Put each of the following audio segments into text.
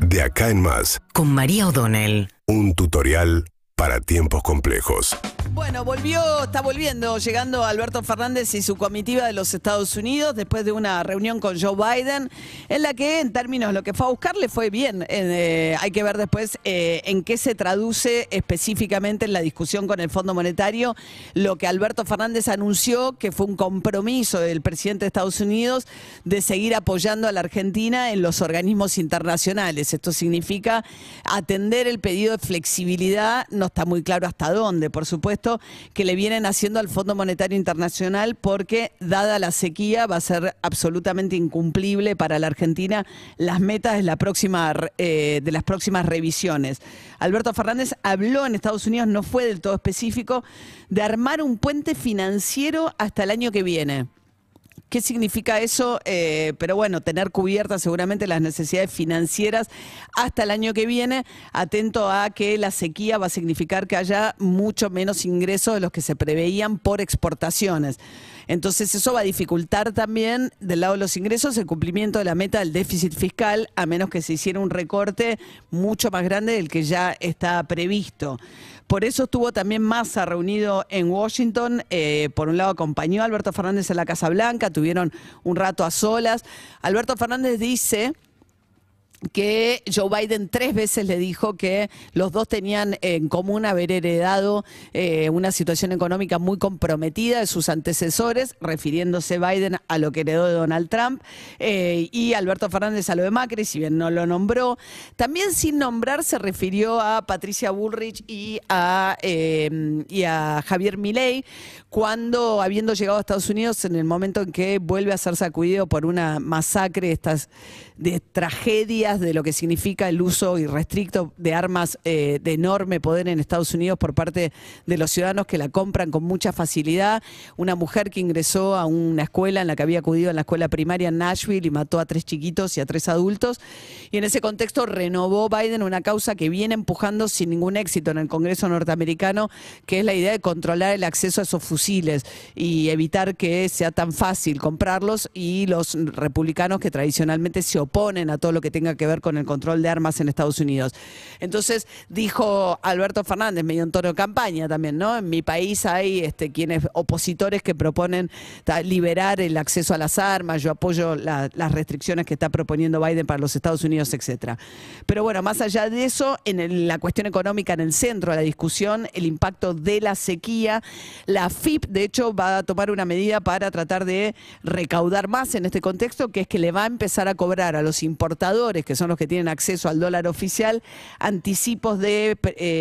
De acá en más, con María O'Donnell. un tutorial para tiempos complejos. Bueno, está volviendo, llegando Alberto Fernández y su comitiva de los Estados Unidos después de una reunión con Joe Biden, en la que en términos lo que fue a buscar le fue bien. Hay que ver después en qué se traduce específicamente en la discusión con el Fondo Monetario lo que Alberto Fernández anunció, que fue un compromiso del presidente de Estados Unidos de seguir apoyando a la Argentina en los organismos internacionales. Esto significa atender el pedido de flexibilidad, no está muy claro hasta dónde, por supuesto, que le vienen haciendo al Fondo Monetario Internacional, porque dada la sequía va a ser absolutamente incumplible para la Argentina las metas de las próximas revisiones. Alberto Fernández habló en Estados Unidos, no fue del todo específico, de armar un puente financiero hasta el año que viene. ¿Qué significa eso? Pero bueno, tener cubiertas seguramente las necesidades financieras hasta el año que viene, atento a que la sequía va a significar que haya mucho menos ingresos de los que se preveían por exportaciones. Entonces eso va a dificultar también del lado de los ingresos el cumplimiento de la meta del déficit fiscal, a menos que se hiciera un recorte mucho más grande del que ya está previsto. Por eso estuvo también Massa reunido en Washington. Por un lado acompañó a Alberto Fernández en la Casa Blanca, tuvieron un rato a solas. Alberto Fernández dice que Joe Biden 3 veces le dijo que los dos tenían en común haber heredado una situación económica muy comprometida de sus antecesores, refiriéndose Biden a lo que heredó de Donald Trump, y Alberto Fernández a lo de Macri, si bien no lo nombró. También sin nombrar se refirió a Patricia Bullrich y a Javier Milei, cuando, habiendo llegado a Estados Unidos en el momento en que vuelve a ser sacudido por una masacre, de tragedias de lo que significa el uso irrestricto de armas de enorme poder en Estados Unidos por parte de los ciudadanos que la compran con mucha facilidad. Una mujer que ingresó a una escuela en la que había acudido en la escuela primaria en Nashville y mató a 3 chiquitos y a 3 adultos. Y en ese contexto renovó Biden una causa que viene empujando sin ningún éxito en el Congreso norteamericano, que es la idea de controlar el acceso a esos fusiles y evitar que sea tan fácil comprarlos, y los republicanos que tradicionalmente se oponen a todo lo que tenga que ver con el control de armas en Estados Unidos. Entonces dijo Alberto Fernández, medio en tono de campaña también, ¿no? En mi país hay opositores que proponen liberar el acceso a las armas, yo apoyo las restricciones que está proponiendo Biden para los Estados Unidos, etcétera. Pero bueno, más allá de eso, la cuestión económica en el centro de la discusión, el impacto de la sequía. La AFIP, de hecho, va a tomar una medida para tratar de recaudar más en este contexto, que es que le va a empezar a cobrar a los importadores, que son los que tienen acceso al dólar oficial, anticipos de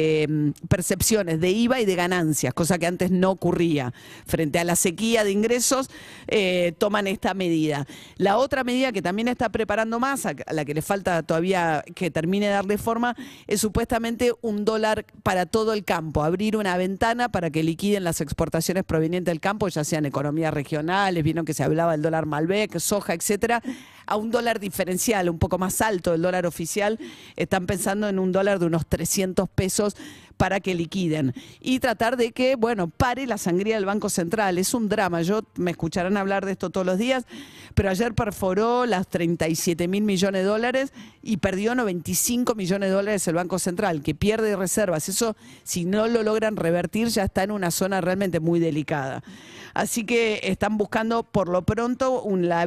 percepciones de IVA y de ganancias, cosa que antes no ocurría. Frente a la sequía de ingresos, toman esta medida. La otra medida que también está preparando Massa, a la que le falta todavía que termine de darle forma, es supuestamente un dólar para todo el campo, abrir una ventana para que liquiden las exportaciones provenientes del campo, ya sean economías regionales, vieron que se hablaba del dólar Malbec, soja, etcétera, a un dólar diferencial, un poco más alto del dólar oficial. Están pensando en un dólar de unos 300 pesos para que liquiden y tratar de que, bueno, pare la sangría del Banco Central. Es un drama, me escucharán hablar de esto todos los días, pero ayer perforó las 37.000 millones de dólares y perdió 95 millones de dólares el Banco Central, que pierde reservas. Eso, si no lo logran revertir, ya está en una zona realmente muy delicada. Así que están buscando por lo pronto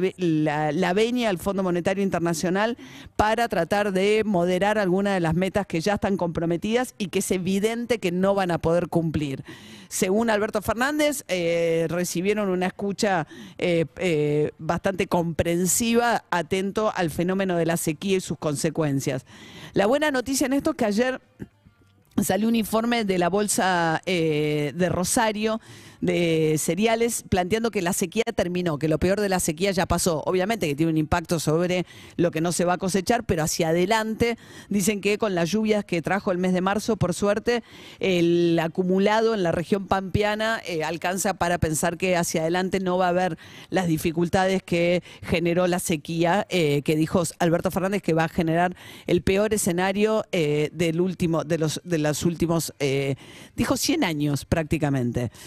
la venia al Fondo Monetario Internacional para tratar de moderar algunas de las metas que ya están comprometidas y que es evidente que no van a poder cumplir. Según Alberto Fernández, recibieron una escucha bastante comprensiva, atento al fenómeno de la sequía y sus consecuencias. La buena noticia en esto es que ayer salió un informe de la Bolsa de Rosario de cereales planteando que la sequía terminó, que lo peor de la sequía ya pasó. Obviamente que tiene un impacto sobre lo que no se va a cosechar, pero hacia adelante dicen que con las lluvias que trajo el mes de marzo, por suerte, el acumulado en la región pampeana alcanza para pensar que hacia adelante no va a haber las dificultades que generó la sequía, que dijo Alberto Fernández que va a generar el peor escenario de los últimos, dijo 100 años prácticamente. Bueno,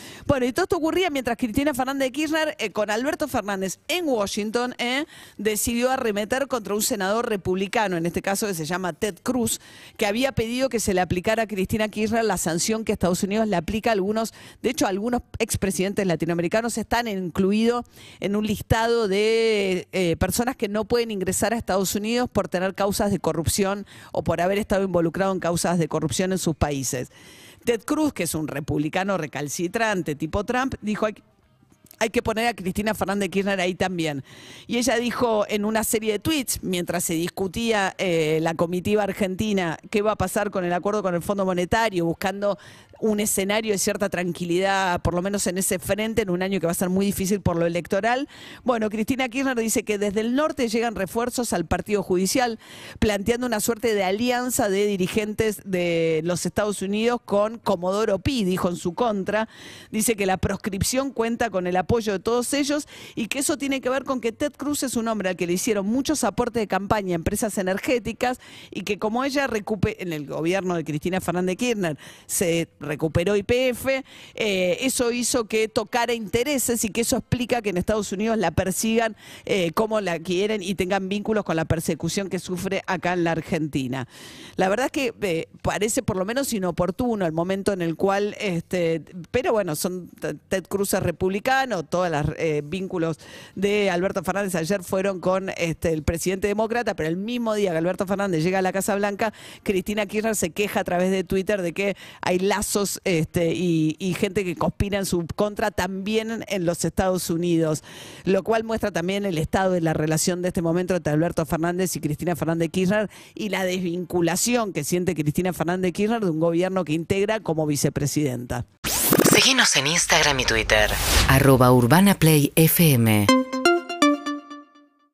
y todo esto ocurría mientras Cristina Fernández de Kirchner, con Alberto Fernández en Washington, decidió arremeter contra un senador republicano, en este caso que se llama Ted Cruz, que había pedido que se le aplicara a Cristina Kirchner la sanción que Estados Unidos le aplica a algunos, de hecho algunos expresidentes latinoamericanos están incluidos en un listado de personas que no pueden ingresar a Estados Unidos por tener causas de corrupción o por haber estado involucrado en causas de corrupción en sus países. Ted Cruz, que es un republicano recalcitrante tipo Trump, dijo: hay que poner a Cristina Fernández de Kirchner ahí también. Y ella dijo en una serie de tweets, mientras se discutía la comitiva argentina qué va a pasar con el acuerdo con el Fondo Monetario, buscando un escenario de cierta tranquilidad, por lo menos en ese frente, en un año que va a ser muy difícil por lo electoral. Bueno, Cristina Kirchner dice que desde el norte llegan refuerzos al partido judicial, planteando una suerte de alianza de dirigentes de los Estados Unidos con Comodoro Pi, dijo en su contra. Dice que la proscripción cuenta con el apoyo de todos ellos y que eso tiene que ver con que Ted Cruz es un hombre al que le hicieron muchos aportes de campaña a empresas energéticas y que como ella en el gobierno de Cristina Fernández de Kirchner se recuperó YPF, eso hizo que tocara intereses y que eso explica que en Estados Unidos la persigan como la quieren y tengan vínculos con la persecución que sufre acá en la Argentina. La verdad es que parece por lo menos inoportuno el momento en el cual, pero bueno, Ted Cruz es republicano, todos los vínculos de Alberto Fernández ayer fueron con el presidente demócrata, pero el mismo día que Alberto Fernández llega a la Casa Blanca, Cristina Kirchner se queja a través de Twitter de que hay lazos y gente que conspira en su contra también en los Estados Unidos, lo cual muestra también el estado de la relación de este momento entre Alberto Fernández y Cristina Fernández de Kirchner y la desvinculación que siente Cristina Fernández de Kirchner de un gobierno que integra como vicepresidenta. Síguenos en Instagram y Twitter @UrbanaPlayFM.